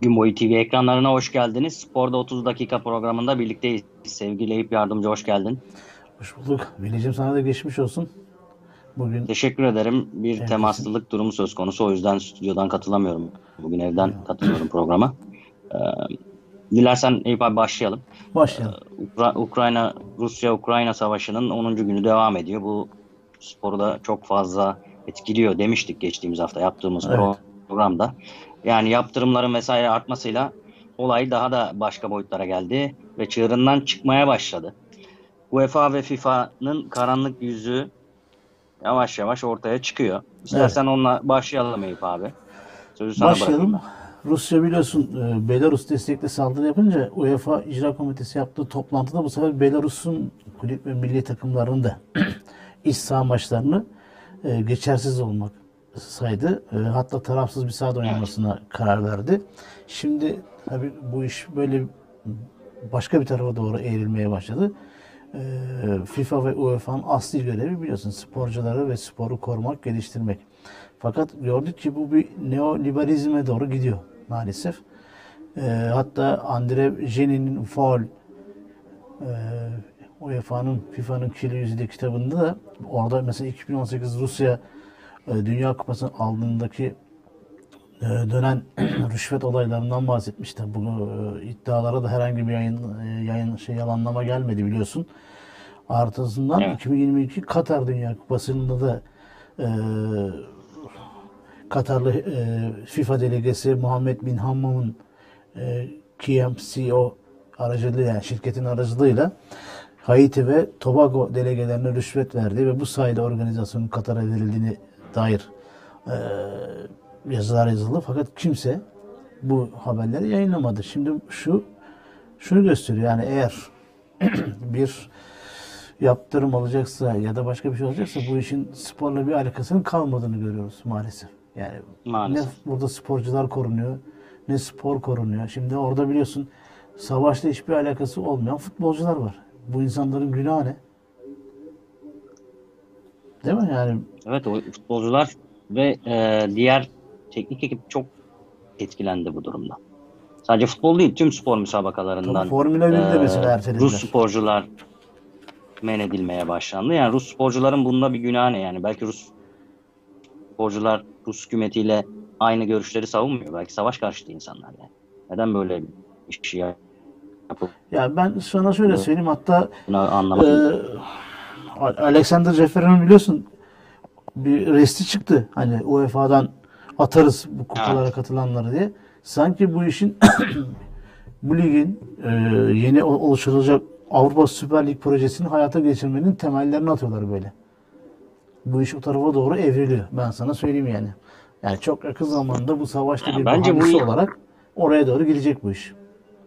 Gün boyu TV ekranlarına hoş geldiniz. Sporda 30 dakika programında birlikteyiz. Sevgili Eyüp Yardımcı hoş geldin. Hoş bulduk. Veli'cim sana da geçmiş olsun. Bugün Teşekkür ederim. Bir evdesin. temaslılık durumu söz konusu. O yüzden stüdyodan katılamıyorum. Bugün evden katılıyorum programa. Ee, Dilersen Eyüp abi başlayalım. Başlayalım. Rusya-Ukrayna savaşının 10. günü devam ediyor. Bu sporu da çok fazla etkiliyor demiştik geçtiğimiz hafta yaptığımız Evet. programda. Yani yaptırımların vesaire artmasıyla olay daha da başka boyutlara geldi ve çığırından çıkmaya başladı. UEFA ve FIFA'nın karanlık yüzü yavaş yavaş ortaya çıkıyor. Evet. İstersen onunla başlayalım Eyüp abi. Sözü sana bırakayım Başlayalım. ben. Rusya biliyorsun Belarus destekli saldırı yapınca UEFA İcra Komitesi yaptığı toplantıda bu sefer Belarus'un kulüp ve milli takımlarının da iç saha maçlarını geçersiz olmak saydı. Hatta tarafsız bir sahada Evet. oynamasına karar verdi. Şimdi tabii bu iş böyle başka bir tarafa doğru eğrilmeye başladı. FIFA ve UEFA'nın asli görevi biliyorsun sporcuları ve sporu korumak, geliştirmek. Fakat gördük ki bu bir neoliberalizme doğru gidiyor maalesef. Hatta Andre Jeni'nin faul UEFA'nın, FIFA'nın kirli yüzüde kitabında da orada mesela 2018 Rusya Dünya Kupası'nın aldığındaki dönen rüşvet olaylarından bahsetmişler. Bu iddialara da herhangi bir yalanlama gelmedi biliyorsun. Artısından Evet. 2022 Katar Dünya Kupası'nda da e, Katarlı FIFA delegesi Muhammed Bin Hammam'ın KMCO aracılığıyla yani şirketin aracılığıyla Haiti ve Tobago delegelerine rüşvet verdi ve bu sayede organizasyonun Katar'a verildiğine dair e, yazılar yazıldı. Fakat kimse bu haberleri yayınlamadı. Şimdi şunu gösteriyor yani eğer bir yaptırım olacaksa ya da başka bir şey olacaksa bu işin sporla bir alakasının kalmadığını görüyoruz maalesef. Yani ne Maalesef. burada sporcular korunuyor ne spor korunuyor. Şimdi orada biliyorsun savaşla hiçbir alakası olmayan futbolcular var. Bu insanların günahı ne? Değil mi? Yani Evet, o futbolcular ve diğer teknik ekip çok etkilendi bu durumda. Sadece futbol değil, tüm spor tabii müsabakalarından Formula e, 1'i de mesela Rus ertelediler. sporcular men edilmeye başlandı. Yani Rus sporcuların bunda bir günahı ne? Yani belki Rus sporcular Rus hükümetiyle aynı görüşleri savunmuyor. Belki savaş karşıtı insanlar yani. Neden böyle bir şey Ya ben sana şöyle yapıldığını söyleyeyim hatta e, anlamadım. Alexander Ceferin biliyorsun bir resti çıktı. Hani UEFA'dan atarız bu kupalara Evet. katılanları diye. Sanki bu işin bu ligin yeni oluşturulacak Avrupa Süper Lig projesini hayata geçirmenin temellerini atıyorlar böyle. Bu iş o tarafa doğru evriliyor. Ben sana söyleyeyim yani. Yani çok yakın zamanda bu savaşta Yani bir bence bu bahanesi olarak oraya doğru gidecek bu iş.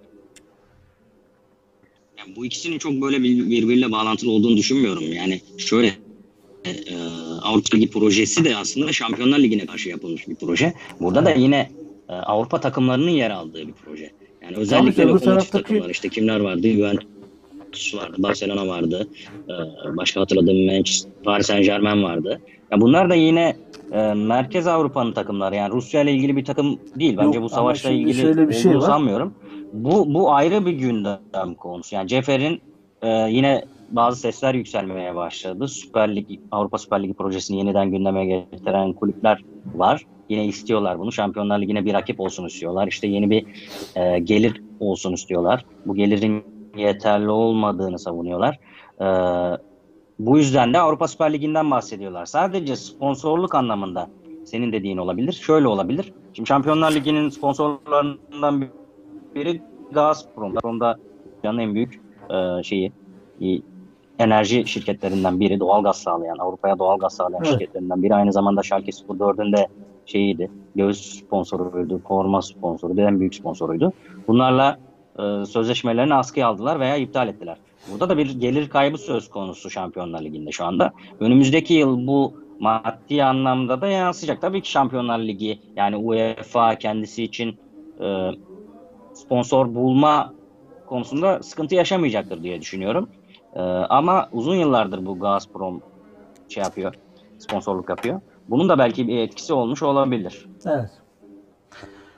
yani bu ikisinin çok böyle birbiriyle bağlantılı olduğunu düşünmüyorum. Yani şöyle Avrupa Ligi projesi de aslında Şampiyonlar Ligi'ne karşı yapılmış bir proje. Burada da Evet. yine Avrupa takımlarının yer aldığı bir proje. Yani Tamam işte özellikle öbür lokomotif taraftaki takımlar işte kimler vardı? Juventus vardı, Barcelona vardı. Başka hatırladığım Manchester, Paris Saint-Germain vardı. Ya bunlar da yine Merkez Avrupa'nın takımları. Yani Rusya ile ilgili bir takım değil. Bence yok bu ama savaşla şimdi ilgili şöyle bir şey olduğunu var. sanmıyorum. Bu ayrı bir gündem konusu. Yani Cefer'in yine bazı sesler yükselmeye başladı. Süper Lig, Avrupa Süper Ligi projesini yeniden gündeme getiren kulüpler var. Yine istiyorlar bunu. Şampiyonlar Ligi'ne bir rakip olsun istiyorlar. İşte yeni bir gelir olsun istiyorlar. Bu gelirin yeterli olmadığını savunuyorlar. Bu yüzden de Avrupa Süper Ligi'nden bahsediyorlar. Sadece sponsorluk anlamında senin dediğin olabilir. Şöyle olabilir. Şimdi Şampiyonlar Ligi'nin sponsorlarından biri Gazprom. Gazprom'da dünyanın en büyük şeyi enerji şirketlerinden biri, doğalgaz sağlayan, Avrupa'ya doğalgaz sağlayan Evet. şirketlerinden biri. Aynı zamanda Schalke 04'ün de şeyiydi, göğüs sponsoruydu, forma sponsoruydu, en büyük sponsoruydu. Bunlarla sözleşmelerini askıya aldılar veya iptal ettiler. Burada da bir gelir kaybı söz konusu Şampiyonlar Ligi'nde şu anda. Önümüzdeki yıl bu maddi anlamda da yansıyacak. Tabii ki Şampiyonlar Ligi yani UEFA kendisi için e, sponsor bulma konusunda sıkıntı yaşamayacaktır diye düşünüyorum. Ama uzun yıllardır bu Gazprom şey yapıyor, sponsorluk yapıyor. Bunun da belki bir etkisi olmuş olabilir. Evet.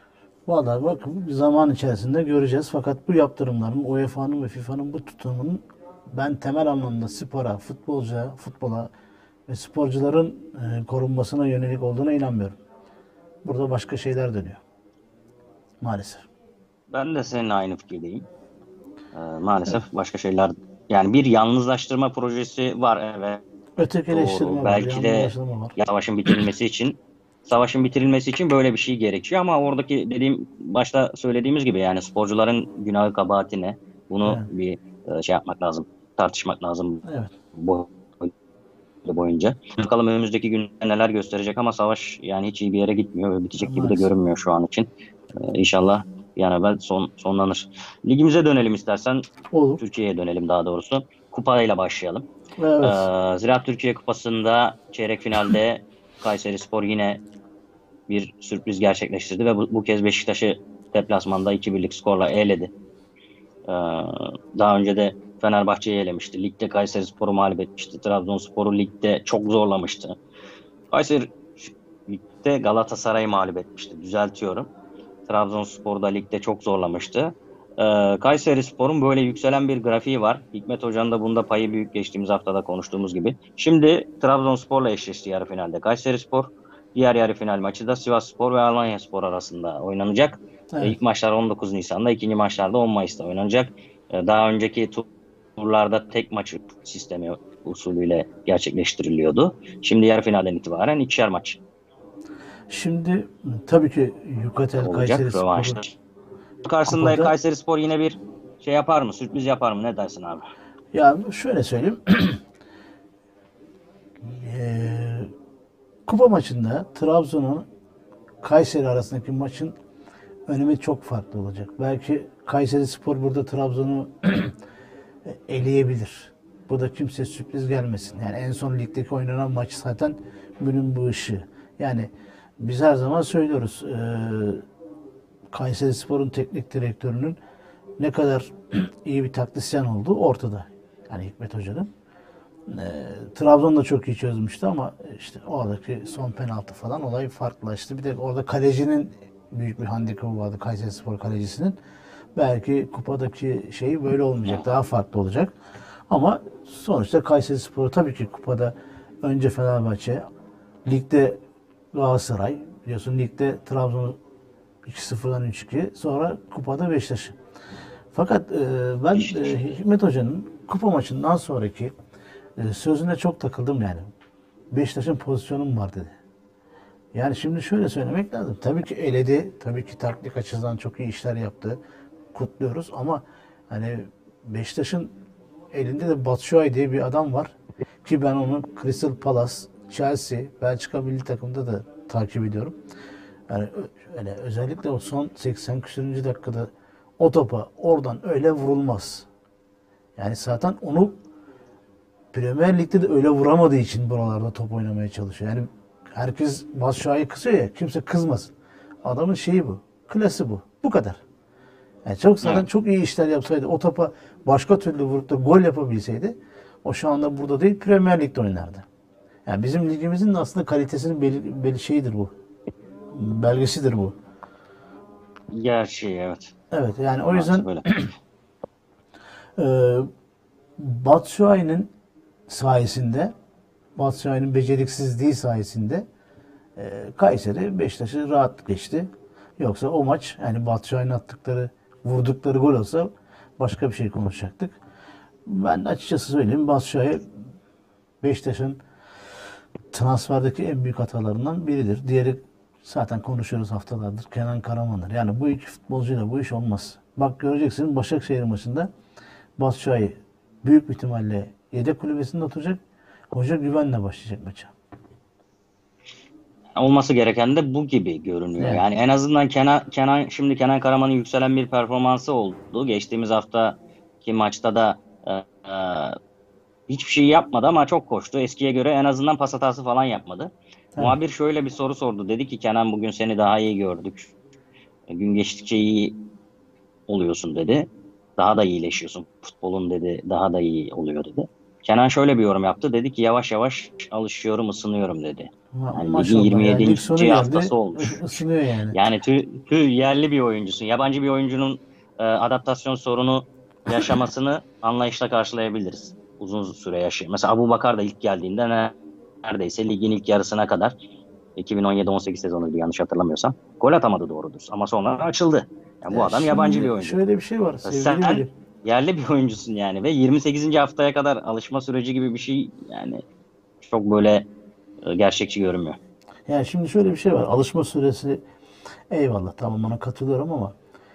Vallahi bakın zaman içerisinde göreceğiz. Fakat bu yaptırımların, UEFA'nın ve FIFA'nın bu tutumunun ben temel anlamda spora, futbola ve sporcuların korunmasına yönelik olduğuna inanmıyorum. Burada başka şeyler dönüyor. Maalesef. Ben de seninle aynı fikirdeyim. Maalesef başka şeyler, yani bir yalnızlaştırma projesi var, evet, Ötekileştirme doğru. var, Belki de yalnızlaştırma var. savaşın bitirilmesi için böyle bir şey gerekiyor, ama oradaki başta söylediğimiz gibi, yani sporcuların günahı kabahati ne? Bunu Evet. bir şey yapmak lazım, tartışmak lazım Evet. boyunca. Bakalım önümüzdeki günler neler gösterecek, ama savaş yani hiç iyi bir yere gitmiyor ve bitecek gibi de Maalesef. görünmüyor şu an için. İnşallah bir an evvel sonlanır. Ligimize dönelim istersen. Olur. Türkiye'ye dönelim daha doğrusu. Kupayla başlayalım. Evet. Ziraat Türkiye Kupası'nda çeyrek finalde Kayserispor yine bir sürpriz gerçekleştirdi ve bu kez Beşiktaş'ı deplasmanda 2-1'lik skorla eledi. Daha önce de Fenerbahçe'yi elemişti. Ligde Kayserispor'u mağlup etmişti. Trabzonspor'u ligde çok zorlamıştı. Kayseri ligde Galatasaray'ı mağlup etmişti. Düzeltiyorum. Trabzonspor'u da ligde çok zorlamıştı. Kayserispor'un böyle yükselen bir grafiği var. Hikmet Hoca'nın da bunda payı büyük, geçtiğimiz haftada konuştuğumuz gibi. Şimdi Trabzonspor'la eşleşti yarı finalde Kayserispor. Diğer yarı final maçı da Sivasspor ve Alanyaspor arasında oynanacak. Evet. İlk maçlar 19 Nisan'da, ikinci maçlar da 10 Mayıs'ta oynanacak. Daha önceki turlarda tek maç sistemi usulüyle gerçekleştiriliyordu. Şimdi yarı finalden itibaren ikişer maç Şimdi tabii ki Yukatel olacak. Kayserispor'u Karşısında kupada, Kayserispor yine bir şey yapar mı? Sürpriz yapar mı? Ne dersin abi? ya şöyle söyleyeyim. Eee, Kupa maçında Trabzon'un Kayseri arasındaki maçın önemi çok farklı olacak. Belki Kayserispor burada Trabzon'u eleyebilir. Bu da kimse sürpriz gelmesin. Yani en son ligdeki oynanan maç zaten günün bu ışığı. Yani biz her zaman söylüyoruz. Kayserispor'un teknik direktörünün ne kadar iyi bir taktisyen olduğu ortada. Yani Hikmet Hoca'nın. Trabzon da çok iyi çözmüştü ama işte oradaki son penaltı falan olay farklılaştı. Bir de orada kalecinin büyük bir handikapı vardı, Kayserispor kalecisinin. Belki kupadaki şey böyle olmayacak. Daha farklı olacak. Ama sonuçta Kayserispor tabii ki kupada önce Fenerbahçe, ligde Galatasaray, biliyorsun ligde Trabzon'u 2-0'dan 3-2, sonra kupada Beşiktaş'ı. Fakat ben Hikmet Hoca'nın kupa maçından sonraki sözüne çok takıldım yani. Beşiktaş'ın pozisyonum var dedi. Yani şimdi şöyle söylemek lazım. Tabii ki eledi. Tabii ki taktik açıdan çok iyi işler yaptı. Kutluyoruz ama hani Beşiktaş'ın elinde de Batshuayi diye bir adam var. Ki ben onu Crystal Palace, Chelsea, Belçika milli takımda da takip ediyorum. Yani öyle özellikle o son 80 küsürüncü dakikada o topa oradan öyle vurulmaz. Yani zaten onu Premier Lig'de de öyle vuramadığı için buralarda top oynamaya çalışıyor. Yani herkes Batshuayi'yi kızıyor ya, kimse kızmasın. Adamın şeyi bu. Klası bu. Bu kadar. Yani çok iyi işler yapsaydı, o topa başka türlü vurup da gol yapabilseydi, o şu anda burada değil, Premier Lig'de oynardı. Yani bizim ligimizin de aslında kalitesinin şeyidir bu. Belgesidir bu. Gerçi evet. Evet, yani o yüzden Böyle. Batshuayi'nin sayesinde, Batshuayi'nin beceriksizliği sayesinde Kayseri Beşiktaş'ı rahat geçti. Yoksa o maç, yani Batshuayi'nin vurdukları gol olsa başka bir şey konuşacaktık. Ben açıkçası söyleyeyim, Batshuayi Beşiktaş'ın transferdeki en büyük hatalarından biridir. Diğeri zaten konuşuyoruz haftalardır. Kenan Karaman'dır. Yani bu iki futbolcuyla bu iş olmaz. Bak göreceksin, Başakşehir maçında Batshuayi büyük bir ihtimalle yedek kulübesinde oturacak. Hoca güvenle başlayacak maça. Olması gereken de bu gibi görünüyor. Evet. Yani en azından Kenan Karaman'ın yükselen bir performansı oldu. Geçtiğimiz haftaki maçta da e, hiçbir şey yapmadı ama çok koştu. Eskiye göre en azından pas hatası falan yapmadı. Evet. Muhabir şöyle bir soru sordu. Dedi ki, Kenan, bugün seni daha iyi gördük. Gün geçtikçe iyi oluyorsun dedi. Daha da iyileşiyorsun. Futbolun dedi daha da iyi oluyor dedi. Kenan şöyle bir yorum yaptı. Dedi ki, yavaş yavaş alışıyorum, ısınıyorum dedi. Yani ligin Maşallah ya. Lig sonu 27. haftası geldi. olmuş. Isınıyor yani. Yani yerli bir oyuncusun. Yabancı bir oyuncunun adaptasyon sorunu yaşamasını anlayışla karşılayabiliriz. Uzun süre yaşıyor. Mesela Abubakar da ilk geldiğinde neredeyse ligin ilk yarısına kadar 2017-18 sezonuydu yanlış hatırlamıyorsam. Gol atamadı doğrudur. Ama sonra açıldı. Yani bu Ya adam yabancı bir şimdi oyuncu. şöyle bir şey var sevgili Sen Melih. yerli bir oyuncusun yani ve 28. haftaya kadar alışma süreci gibi bir şey yani çok böyle gerçekçi görünmüyor. Yani şimdi şöyle bir şey var. Alışma süresi eyvallah tamam ona katılıyorum ama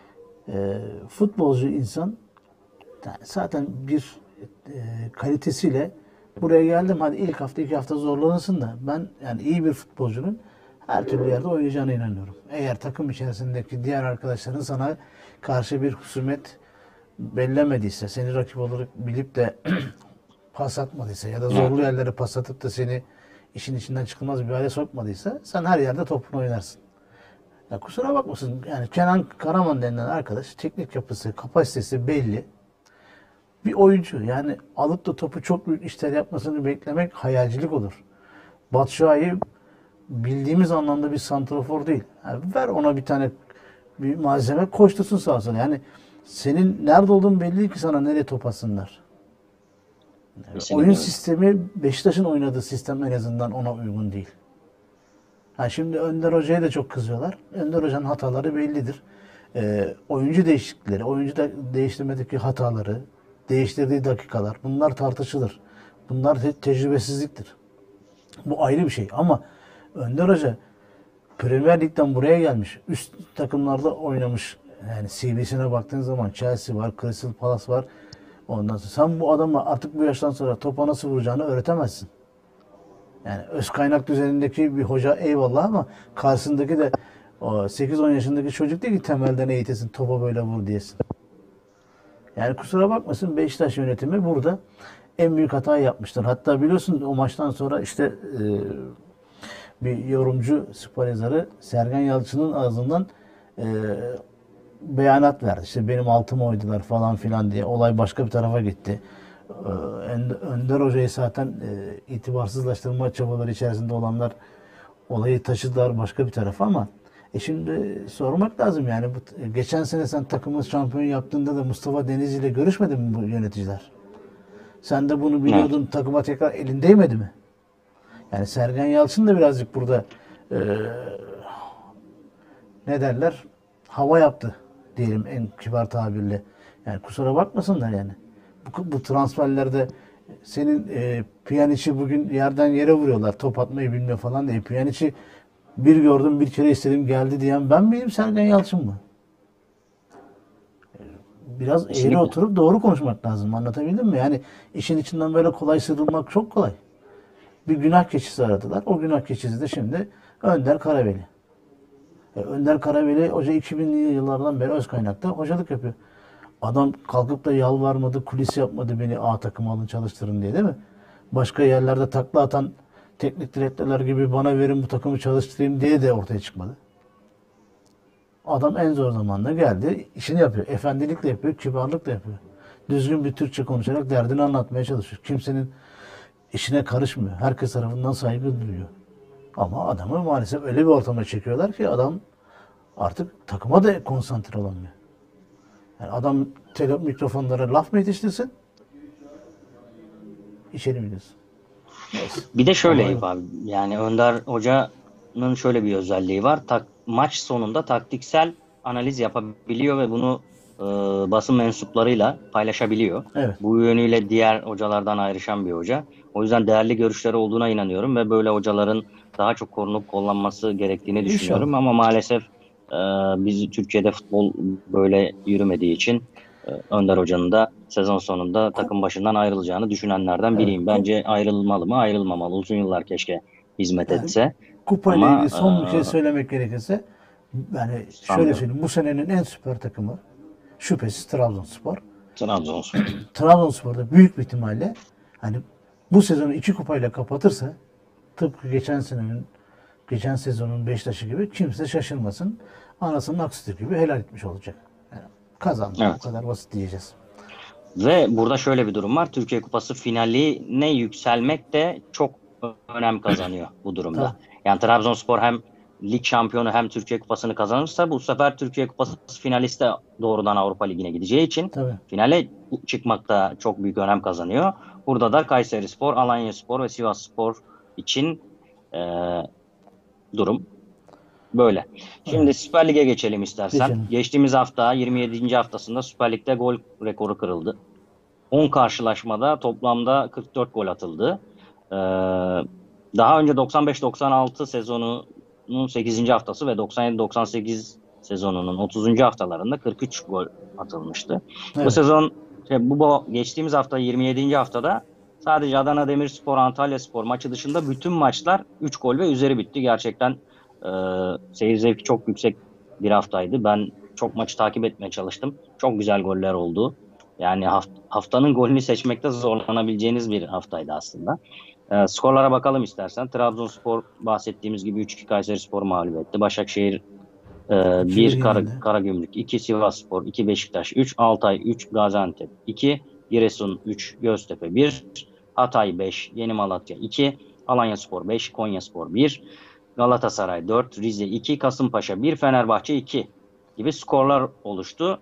futbolcu insan yani zaten bir kalitesiyle buraya geldim hadi ilk hafta iki hafta zorlanırsın da ben yani iyi bir futbolcunun her türlü yerde oynayacağına inanıyorum. Eğer takım içerisindeki diğer arkadaşların sana karşı bir husumet bellemediyse, seni rakip olarak bilip de pas atmadıysa ya da zorlu Evet. yerlere pas atıp da seni işin içinden çıkılmaz bir hale sokmadıysa sen her yerde topunu oynarsın. Ya kusura bakmasın yani Kenan Karaman denilen arkadaş teknik yapısı, kapasitesi belli. Bir oyuncu yani alıp da topu çok büyük işler yapmasını beklemek hayalcilik olur. Batshuayi bildiğimiz anlamda bir santrafor değil. Yani ver ona bir tane bir malzeme koştursun sağa sola. Yani senin nerede olduğun belli ki sana nereye top atsınlar. Oyun Kesinlikle öyle. sistemi Beşiktaş'ın oynadığı sistem en azından ona uygun değil. Ha şimdi Önder Hoca'ya da çok kızıyorlar. Önder Hoca'nın hataları bellidir. Oyuncu değişiklikleri, oyuncu da değiştirmedeki hataları, değiştirdiği dakikalar bunlar tartışılır. Bunlar tecrübesizliktir. Bu ayrı bir şey ama Önder Hoca Premier Lig'den buraya gelmiş. Üst takımlarda oynamış. Yani CV'sine baktığın zaman Chelsea var, Crystal Palace var. Ondan sonra sen bu adama artık bu yaştan sonra topa nasıl vuracağını öğretemezsin. Yani öz kaynak düzenindeki bir hoca eyvallah ama karşısındaki de o 8-10 yaşındaki çocuk değil ki temelden eğitesin topa böyle vur diyesin. Yani kusura bakmasın Beşiktaş yönetimi burada en büyük hatayı yapmışlar. Hatta biliyorsun o maçtan sonra işte bir yorumcu spor yazarı Sergen Yalçın'ın ağzından e, beyanat verdi. İşte benim altıma oydular falan filan diye. Olay başka bir tarafa gitti. Önder Hoca'yı zaten itibarsızlaştırma çabaları içerisinde olanlar olayı taşıdılar başka bir tarafa ama şimdi sormak lazım yani geçen sene sen takımı şampiyon yaptığında da Mustafa Denizli ile görüşmedi mi bu yöneticiler? Sen de bunu Evet. biliyordun takıma tekrar elin değmedi mi? Yani Sergen Yalçın da birazcık burada e, ne derler hava yaptı diyelim en kibar tabirle. Yani kusura bakmasınlar yani. Bu transferlerde senin Pjanic'i bugün yerden yere vuruyorlar. Top atmayı bilmiyor falan diye. Pjanic'i bir gördüm bir kere istedim geldi diyen ben miyim Sergen Yalçın mı? Biraz eğri Kesinlikle. oturup doğru konuşmak lazım. Anlatabildim mi? Yani işin içinden böyle kolay sıyrılmak çok kolay. Bir günah keçisi aradılar. O günah keçisi de şimdi Önder Karaveli. Önder Karaveli hoca 2000'li yıllardan beri öz kaynakta hocalık yapıyor. Adam kalkıp da yalvarmadı, kulis yapmadı beni A takımı alın çalıştırın diye değil mi? Başka yerlerde takla atan teknik direktörler gibi bana verin bu takımı çalıştırayım diye de ortaya çıkmadı. Adam en zor zamanda geldi, işini yapıyor. Efendilikle yapıyor, kibarlıkla yapıyor. Düzgün bir Türkçe konuşarak derdini anlatmaya çalışıyor. Kimsenin işine karışmıyor. Herkes tarafından saygı duyuyor. Ama adamı maalesef öyle bir ortama çekiyorlar ki adam artık takıma da konsantre olamıyor. Yani adam mikrofonlara laf mı yetiştirsin? İçeri mi gidiyorsun? Neyse. Bir de şöyle Olay Eyüp bu. abi. Yani Önder Hoca'nın şöyle bir özelliği var. Maç sonunda taktiksel analiz yapabiliyor ve bunu basın mensuplarıyla paylaşabiliyor. Evet. Bu yönüyle diğer hocalardan ayrışan bir hoca. O yüzden değerli görüşleri olduğuna inanıyorum ve böyle hocaların daha çok korunup kollanması gerektiğini düşünüyorum. İnşallah. Ama maalesef e, biz Türkiye'de futbol böyle yürümediği için Önder Hoca'nın da sezon sonunda takım başından ayrılacağını düşünenlerden Evet. biriyim. Bence ayrılmalı mı? Ayrılmamalı. Uzun yıllar keşke hizmet Yani etse. kupa ile Ama ilgili son bir şey söylemek gerekirse yani şöyle sanmıyorum. söyleyeyim bu senenin en süper takımı şüphesiz Trabzonspor. Trabzonspor. Trabzonspor'da büyük bir ihtimalle hani bu sezonu iki kupayla kapatırsa tıpkı geçen sezonun Beşiktaş'ı gibi kimse şaşırmasın. Anasının ak sütü gibi helal etmiş olacak. Yani kazandı. Bu Evet. kadar basit diyeceğiz. Ve burada şöyle bir durum var. Türkiye Kupası finaline yükselmek de çok önem kazanıyor bu durumda. Tabii. Yani Trabzonspor hem lig şampiyonu hem Türkiye Kupası'nı kazanırsa bu sefer Türkiye Kupası finaliste doğrudan Avrupa Ligi'ne gideceği için Tabii. finale çıkmakta çok büyük önem kazanıyor. Burada da Kayserispor, Alanyaspor ve Sivasspor için e, durum böyle. Şimdi Evet. Süper Lig'e geçelim istersen. Geçelim. Geçtiğimiz hafta 27. haftasında Süper Lig'de gol rekoru kırıldı. 10 karşılaşmada toplamda 44 gol atıldı. Ee, Daha önce 95-96 sezonunun 8. haftası ve 97-98 sezonunun 30. haftalarında 43 gol atılmıştı. Bu Evet. sezon bu geçtiğimiz hafta 27. haftada sadece Adana Demirspor, Antalyaspor maçı dışında bütün maçlar 3 gol ve üzeri bitti. Gerçekten seyir zevki çok yüksek bir haftaydı. Ben çok maçı takip etmeye çalıştım. Çok güzel goller oldu. Yani haftanın golünü seçmekte zorlanabileceğiniz bir haftaydı aslında. Skorlara bakalım istersen. Trabzonspor bahsettiğimiz gibi 3-2 Kayserispor mağlup etti. Başakşehir 1 yenildi. Karagümrük, 2 Sivasspor, 2 Beşiktaş, 3 Altay, 3 Gaziantep, 2 Giresun, 3 Göztepe, 1 Hatay, 5 Yeni Malatya, 2 Alanyaspor, 5 Konyaspor, 1 Galatasaray, 4 Rize, 2 Kasımpaşa, 1 Fenerbahçe, 2 gibi skorlar oluştu.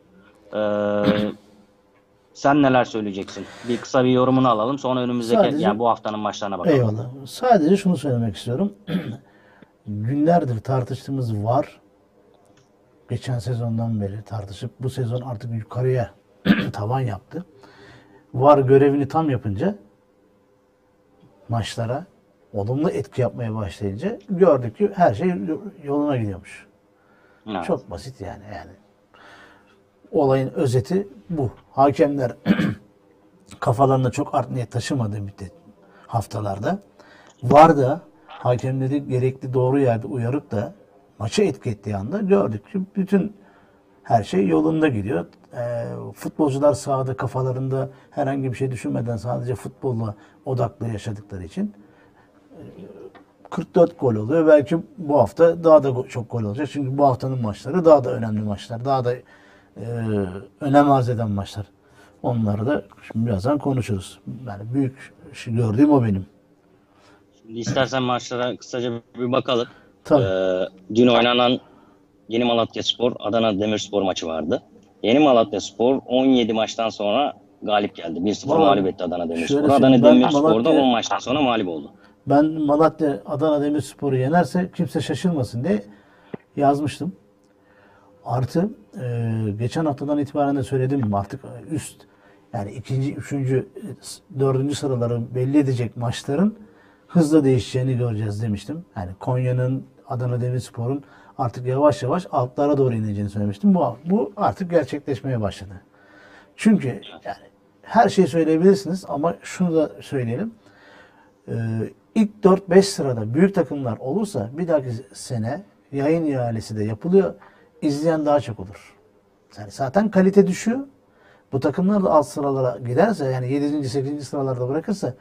Sen neler söyleyeceksin? Bir kısa bir yorumunu alalım. Sonra önümüzdeki Sadece yani bu haftanın maçlarına bakalım. eyvallah. Sadece şunu söylemek istiyorum. Günlerdir tartıştığımız var. Geçen sezondan beri tartışıp bu sezon artık yukarıya tavan yaptı. VAR görevini tam yapınca maçlara olumlu etki yapmaya başlayınca gördük ki her şey yoluna gidiyormuş. Evet. Çok basit yani. Olayın özeti bu. Hakemler kafalarında çok art niyet taşımadığı müddet haftalarda VAR da hakemleri gerekli doğru yerde uyarıp da maçı etki ettiği anda gördük ki bütün her şey yolunda gidiyor. Futbolcular sahada kafalarında herhangi bir şey düşünmeden sadece futbolla odaklı yaşadıkları için 44 gol oluyor. Belki bu hafta daha da çok gol olacak. Çünkü bu haftanın maçları daha da önemli maçlar. Daha da önem arz eden maçlar. Onları da şimdi birazdan konuşuruz. Yani büyük gördüğüm o benim. Şimdi istersen maçlara kısaca bir bakalım. Tabii. Dün oynanan Yeni Malatyaspor, Adana Demirspor maçı vardı. Yeni Malatyaspor 17 maçtan sonra galip geldi. 1-0 Vallahi mağlup etti Adana şöyle Demirspor. söyleyeyim, Adana ben Demirspor da Malatya- 10 maçtan sonra mağlup oldu. Ben Malatya Adana Demirspor'u yenerse kimse şaşırmasın diye yazmıştım. Artı geçen haftadan itibaren de söyledim artık üst yani ikinci, üçüncü, dördüncü sıraları belli edecek maçların hızla değişeceğini göreceğiz demiştim. Yani Konya'nın, Adana Demirspor'un artık yavaş yavaş altlara doğru ineceğini söylemiştim. Bu artık gerçekleşmeye başladı. Çünkü yani her şeyi söyleyebilirsiniz ama şunu da söyleyelim. İlk 4-5 sırada büyük takımlar olursa bir dahaki sene yayın ihalesi de yapılıyor. İzleyen daha çok olur. Yani zaten kalite düşüyor. Bu takımlar da alt sıralara giderse yani 7. 8. sıralarda bırakırsa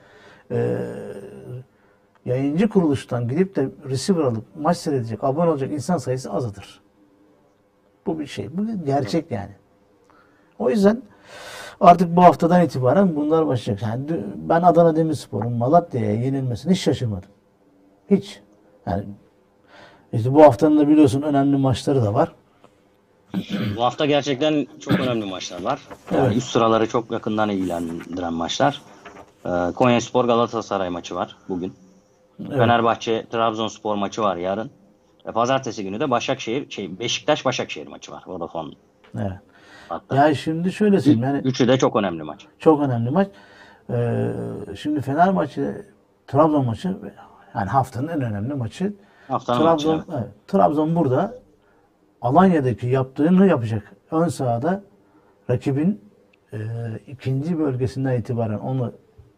yayıncı kuruluştan gidip de receiver alıp maç seyredecek, abone olacak insan sayısı azalır. Bu bir şey. Bu gerçek yani. O yüzden artık bu haftadan itibaren bunlar başlayacak. Yani ben Adana Demirspor'un Malatya'ya yenilmesine hiç şaşırmadım. Hiç. Yani işte bu haftanın da biliyorsun önemli maçları da var. Bu hafta gerçekten çok önemli maçlar var. Yani Evet. üst sıraları çok yakından ilgilendiren maçlar. Konyaspor Galatasaray maçı var bugün. Evet. Fenerbahçe Trabzonspor maçı var yarın. Pazartesi günü de Beşiktaş Başakşehir maçı var. Vodafone Evet. hatta. Yani şimdi şöyle söyleyeyim. Yani Üçü de çok önemli maç. çok önemli maç. Şimdi Fenerbahçe Trabzon maçı yani haftanın en önemli maçı. Haftanın maçı. Evet. Evet, Trabzon burada Alanya'daki yaptığını yapacak. Ön sahada rakibin ikinci bölgesinden itibaren onu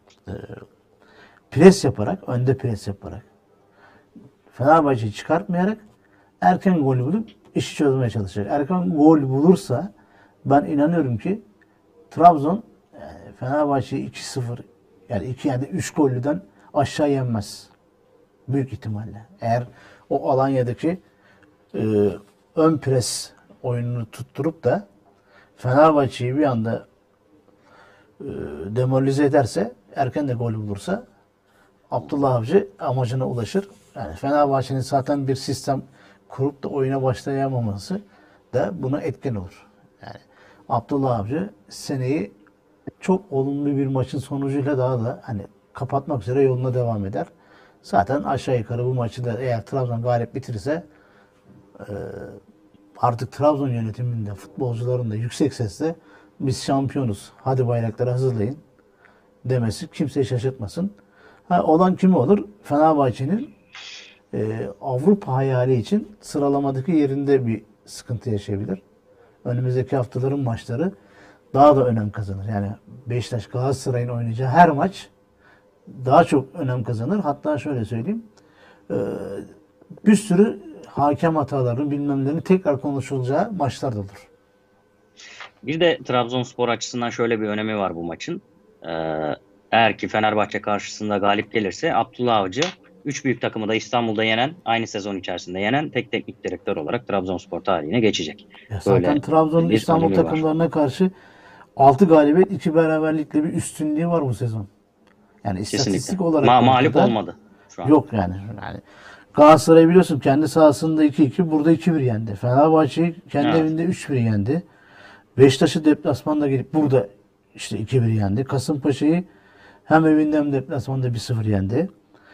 pres yaparak, önde pres yaparak Fenerbahçe'yi çıkartmayarak erken gol bulup işi çözmeye çalışacak. Erken gol bulursa ben inanıyorum ki Trabzon Fenerbahçe'yi 2-0 yani 2 yani 3 gollüden aşağı yenmez. Büyük ihtimalle. Eğer o Alanya'daki ön pres oyununu tutturup da Fenerbahçe'yi bir anda demoralize ederse, erken de gol bulursa Abdullah Avcı amacına ulaşır. Yani Fenerbahçe'nin zaten bir sistem kurup da oyuna başlayamaması da buna etken olur. Yani Abdullah Avcı seneyi çok olumlu bir maçın sonucuyla daha da hani kapatmak üzere yoluna devam eder. Zaten aşağı yukarı bu maçı da eğer Trabzon galip bitirirse artık Trabzon yönetiminde, futbolcuların da yüksek sesle biz şampiyonuz, hadi bayrakları hazırlayın demesi kimseyi şaşırtmasın. Olan kim olur? Fenerbahçe'nin Avrupa hayali için sıralamadaki yerinde bir sıkıntı yaşayabilir. Önümüzdeki haftaların maçları daha da önem kazanır. Yani Beşiktaş, Galatasaray'ın oynayacağı her maç daha çok önem kazanır. Hatta şöyle söyleyeyim, bir sürü hakem hatalarının bilmemlerin tekrar konuşulacağı maçlar da olur. Bir de Trabzonspor açısından şöyle bir önemi var bu maçın. Eğer ki Fenerbahçe karşısında galip gelirse Abdullah Avcı 3 büyük takımı da İstanbul'da yenen, aynı sezon içerisinde yenen tek teknik direktör olarak Trabzonspor tarihine geçecek. Zaten Trabzon'un İstanbul takımlarına karşı 6 galibiyet, 2 beraberlikle bir üstünlüğü var bu sezon. Yani istatistik olarak mağlup olmadı şu an. Yok yani. Galatasaray biliyorsun kendi sahasında 2-2, burada 2-1 yendi. Fenerbahçe'yi kendi evinde 3-1 yendi. Beşiktaş'ı deplasmanda gelip burada işte 2-1 yendi. Kasımpaşa'yı hem evinde hem deplasmanda 1-0 yendi.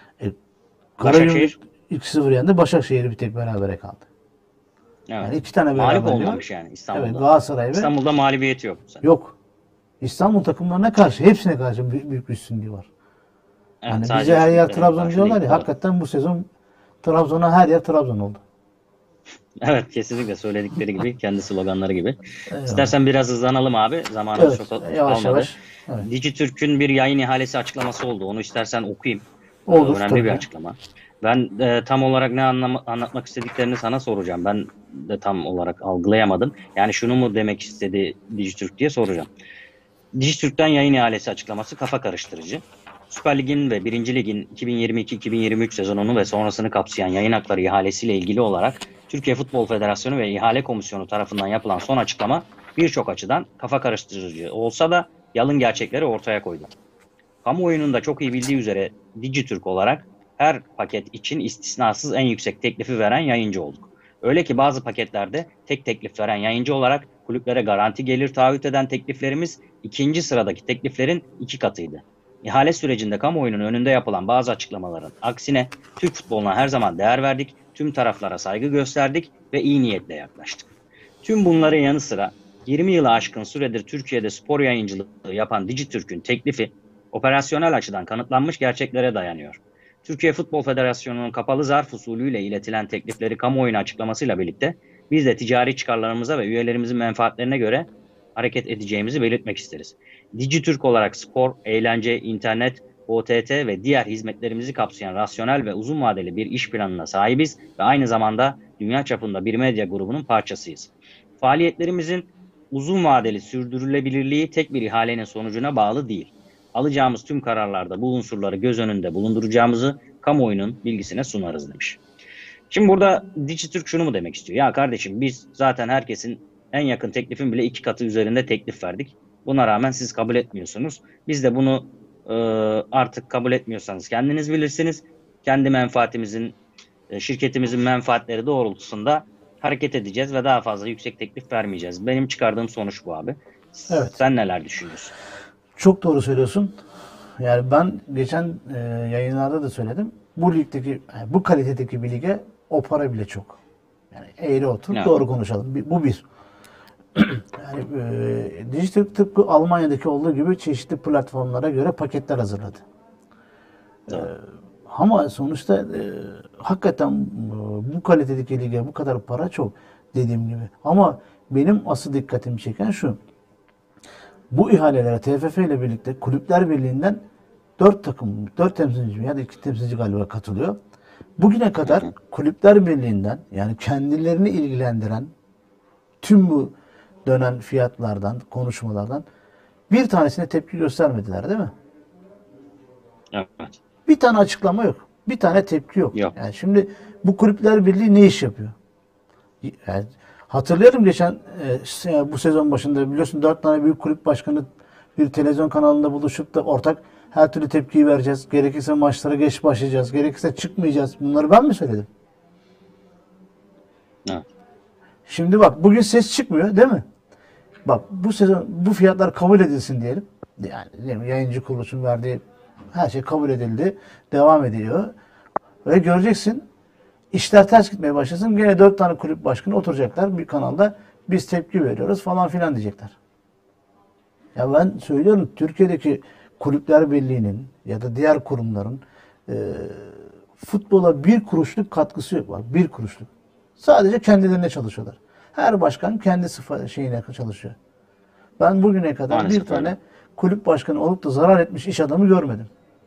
Karagümrük 2-0 yendi. Başakşehir'i bir tek berabere kaldı. Evet. Yani 2 tane mağlup olmamış yani İstanbul'da. Evet, Galatasaray ve İstanbul'da mağlubiyeti yok. Yok. İstanbul takımlarına karşı, hepsine karşı büyük bir üstünlüğü var. Yani bize her yer Trabzon diyorlar ya, hakikaten bu sezon Trabzon'a her yer Trabzon oldu. Evet, kesinlikle söyledikleri gibi, kendi sloganları gibi. Eyvallah. İstersen biraz hızlanalım abi. Zamanımız çok kalmadı. Yavaş. Evet. Dijitürk'ün bir yayın ihalesi açıklaması oldu. Onu istersen okuyayım. Olur, önemli tabii. Bir açıklama. Ben tam olarak ne anlatmak istediklerini sana soracağım. Ben de tam olarak algılayamadım. Yani şunu mu demek istedi Dijitürk diye soracağım. Dijitürk'ten yayın ihalesi açıklaması kafa karıştırıcı. Süper Lig'in ve 1. Lig'in 2022-2023 sezonunu ve sonrasını kapsayan yayın hakları ihalesiyle ilgili olarak Türkiye Futbol Federasyonu ve İhale Komisyonu tarafından yapılan son açıklama birçok açıdan kafa karıştırıcı olsa da yalın gerçekleri ortaya koydu. Kamuoyunun da çok iyi bildiği üzere Dijitürk olarak her paket için istisnasız en yüksek teklifi veren yayıncı olduk. Öyle ki bazı paketlerde tek teklif veren yayıncı olarak kulüplere garanti gelir taahhüt eden tekliflerimiz ikinci sıradaki tekliflerin 2 katıydı. İhale sürecinde kamuoyunun önünde yapılan bazı açıklamaların aksine Türk futboluna her zaman değer verdik, tüm taraflara saygı gösterdik ve iyi niyetle yaklaştık. Tüm bunların yanı sıra 20 yılı aşkın süredir Türkiye'de spor yayıncılığı yapan Dijitürk'ün teklifi operasyonel açıdan kanıtlanmış gerçeklere dayanıyor. Türkiye Futbol Federasyonu'nun kapalı zarf usulüyle iletilen teklifleri kamuoyuna açıklamasıyla birlikte biz de ticari çıkarlarımıza ve üyelerimizin menfaatlerine göre hareket edeceğimizi belirtmek isteriz. Dijitürk olarak spor, eğlence, internet, OTT ve diğer hizmetlerimizi kapsayan rasyonel ve uzun vadeli bir iş planına sahibiz ve aynı zamanda dünya çapında bir medya grubunun parçasıyız. Faaliyetlerimizin uzun vadeli sürdürülebilirliği tek bir ihalenin sonucuna bağlı değil. Alacağımız tüm kararlarda bu unsurları göz önünde bulunduracağımızı kamuoyunun bilgisine sunarız demiş. Şimdi burada Dijitürk şunu mu demek istiyor? Ya kardeşim biz zaten herkesin en yakın teklifin bile 2 katı üzerinde teklif verdik. Buna rağmen siz kabul etmiyorsunuz. Biz de bunu artık kabul etmiyorsanız kendiniz bilirsiniz. Kendi menfaatimizin, şirketimizin menfaatleri doğrultusunda hareket edeceğiz ve daha fazla yüksek teklif vermeyeceğiz. Benim çıkardığım sonuç bu abi. Evet. Sen neler düşünüyorsun? Çok doğru söylüyorsun. Yani ben geçen yayınlarda da söyledim. Bu ligdeki, bu kalitedeki bir lige o para bile çok. Yani eğri otur, doğru konuşalım. Bu bir. Yani Dijitürk tıpkı Almanya'daki olduğu gibi çeşitli platformlara göre paketler hazırladı. Ama sonuçta hakikaten bu kalitedeki lige bu kadar para çok, dediğim gibi. Ama benim asıl dikkatimi çeken şu. Bu ihalelere TFF ile birlikte Kulüpler Birliği'nden 4 temsilci ya da 2 temsilci galiba katılıyor. Bugüne kadar Kulüpler Birliği'nden, yani kendilerini ilgilendiren tüm bu dönen fiyatlardan, konuşmalardan bir tanesine tepki göstermediler, değil mi? Evet. Bir tane açıklama yok. Bir tane tepki yok. Yani şimdi bu Kulüpler Birliği ne iş yapıyor? Yani hatırlıyorum geçen bu sezon başında biliyorsun 4 tane büyük kulüp başkanı bir televizyon kanalında buluşup da ortak Her türlü tepkiyi vereceğiz. Gerekirse maçlara geç başlayacağız. Gerekirse çıkmayacağız. Bunları ben mi söyledim? Evet. Şimdi bak bugün ses çıkmıyor değil mi? Bak bu sezon bu fiyatlar kabul edilsin diyelim. Yani diyelim, yayıncı kuruluşun verdiği her şey kabul edildi. Devam ediyor. Ve göreceksin işler ters gitmeye başlasın. Gene 4 tane kulüp başkanı oturacaklar bir kanalda. Biz tepki veriyoruz falan filan diyecekler. Ya ben söylüyorum Türkiye'deki Kulüpler Birliği'nin ya da diğer kurumların futbola bir kuruşluk katkısı yok. Bak bir kuruşluk. Sadece kendilerine çalışıyorlar. Her başkan kendi şeyine çalışıyor. Ben bugüne kadar Maalesef bir tane öyle. kulüp başkanı olup da zarar etmiş iş adamı görmedim.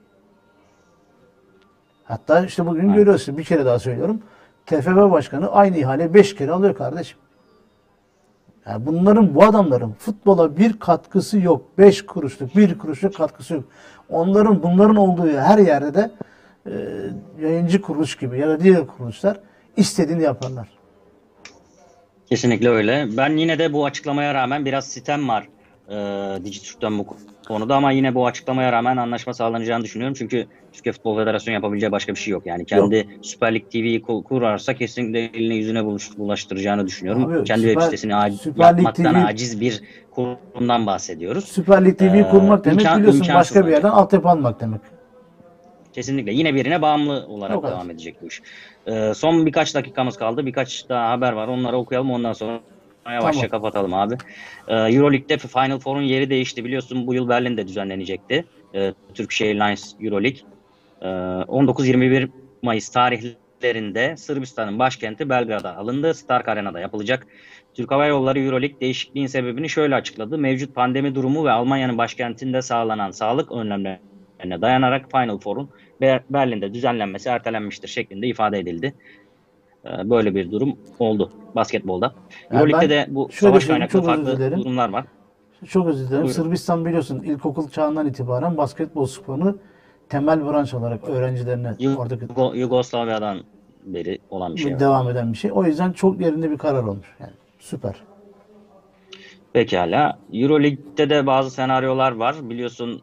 Hatta işte bugün Evet. görüyorsun bir kere daha söylüyorum. TFF başkanı aynı ihale 5 kere alıyor kardeşim. Yani bu adamların futbola bir katkısı yok. 5 kuruşluk, 1 kuruşluk katkısı yok. Bunların olduğu her yerde de yayıncı kuruluş gibi ya da diğer kuruluşlar istediğini yaparlar. Kesinlikle öyle. Ben yine de bu açıklamaya rağmen biraz sitem var Dijitürk'ten bu konuda ama yine bu açıklamaya rağmen anlaşma sağlanacağını düşünüyorum. Çünkü Türkiye Futbol Federasyonu yapabileceği başka bir şey yok. Yani kendi Süper Lig TV'yi kurarsa kesinlikle eline yüzüne bulaştıracağını düşünüyorum. Abi, kendi web sitesini Süper Lig yapmaktan TV aciz bir kurumdan bahsediyoruz. Süper Lig TV'yi kurmak demek biliyorsun imkansız başka bir bence. yerden altyapı almak demek. Kesinlikle. Yine birine bağımlı O olarak kadar. devam edecek bu iş. Son birkaç dakikamız kaldı. Birkaç daha haber var. Onları okuyalım. Ondan sonra yavaşça Tamam. kapatalım abi. Euroleague'de Final Four'un yeri değişti. Biliyorsun bu yıl Berlin'de düzenlenecekti. Turkish Airlines Euroleague. 19-21 Mayıs tarihlerinde Sırbistan'ın başkenti Belgrad'a alındı. Stark Arena'da yapılacak. Türk Hava Yolları Euroleague değişikliğin sebebini şöyle açıkladı. Mevcut pandemi durumu ve Almanya'nın başkentinde sağlanan sağlık önlemlerine dayanarak Final Four'un Berlin'de düzenlenmesi ertelenmiştir şeklinde ifade edildi. Böyle bir durum oldu basketbolda. Yani Euroleague'de de ben bu şöyle savaş söyleyeyim, kaynaklı çok özür farklı dilerim. durumlar var. Çok özür dilerim. Buyurun. Sırbistan biliyorsun ilkokul çağından itibaren basketbol sporunu temel branş olarak öğrencilerine oradaki Yugoslavya'dan beri olan bir şey. devam eden bir şey. O yüzden çok yerinde bir karar olmuş. Yani süper. Pekala. Euroleague'de de bazı senaryolar var. Biliyorsun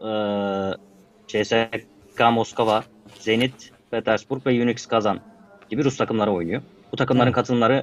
CSKA Moskova, Zenit Petersburg ve Unix Kazan gibi Rus takımları oynuyor. Bu takımların Evet. katılımları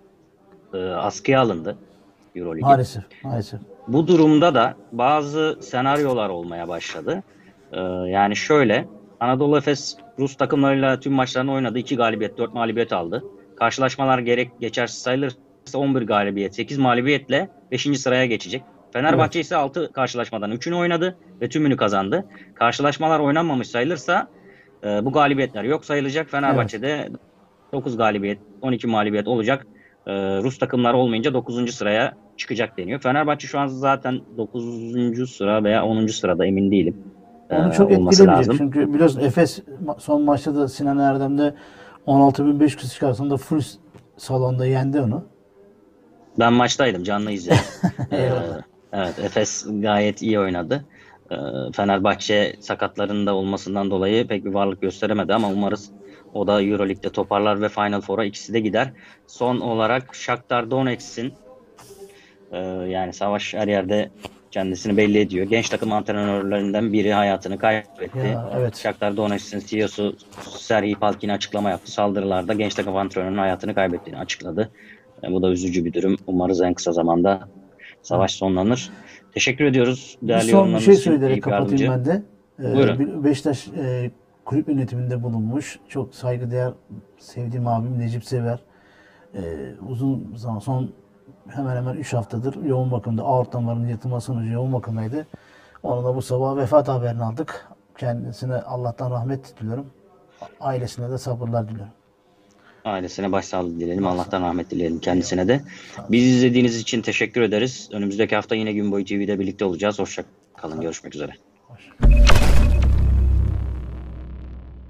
askıya alındı Euroleague'in. Maalesef. Maalesef. Bu durumda da bazı senaryolar olmaya başladı. Yani şöyle, Anadolu Efes Rus takımlarıyla tüm maçlarını oynadı. 2 galibiyet, 4 mağlubiyet aldı. Karşılaşmalar geçersiz sayılırsa 11 galibiyet, 8 mağlubiyetle 5. sıraya geçecek. Fenerbahçe ise 6 karşılaşmadan 3'ünü oynadı ve tümünü kazandı. Karşılaşmalar oynanmamış sayılırsa bu galibiyetler yok sayılacak. Fenerbahçe'de 9 galibiyet, 12 mağlubiyet olacak. Rus takımlar olmayınca 9. sıraya çıkacak deniyor. Fenerbahçe şu an zaten 9. sıra veya 10. sırada emin değilim. Onu çok Olması etkilemeyecek. lazım. Çünkü biliyorsun Efes son maçta da Sinan Erdem'de 16.500 kişi karşısında full salonda yendi onu. Ben maçtaydım, canlı izledim. Eyvallah. Evet, Efes gayet iyi oynadı. Fenerbahçe sakatlarında olmasından dolayı pek bir varlık gösteremedi ama umarız o da Euroleague'de toparlar ve Final Four'a ikisi de gider. Son olarak Shakhtar Donetsk'in yani savaş her yerde kendisini belli ediyor. Genç takım antrenörlerinden biri hayatını kaybetti. Ya, evet. Shakhtar Donetsk'in CEO'su Serhii Palkin açıklama yaptı. Saldırılarda genç takım antrenörünün hayatını kaybettiğini açıkladı. Bu da üzücü bir durum. Umarız en kısa zamanda savaş sonlanır. Teşekkür ediyoruz. Bir Değerli son bir yorumlarınız şey için. söyleyerek Eyüp kapatayım Yardımcı. ben de. Buyurun. Beşiktaş kulüp yönetiminde bulunmuş. Çok saygıdeğer, sevdiğim abim Necip Sever. Uzun zaman, son hemen hemen 3 haftadır yoğun bakımda. Aort damarının yırtılması sonucu yoğun bakımdaydı. Onun da bu sabah vefat haberini aldık. Kendisine Allah'tan rahmet diliyorum. Ailesine de sabırlar diliyorum. Ailesine başsağlığı dileyelim. Allah'tan rahmet dileyelim kendisine de. Bizi izlediğiniz için teşekkür ederiz. Önümüzdeki hafta yine Gün Boyu TV'de birlikte olacağız. Hoşça kalın. Görüşmek üzere. Hoş.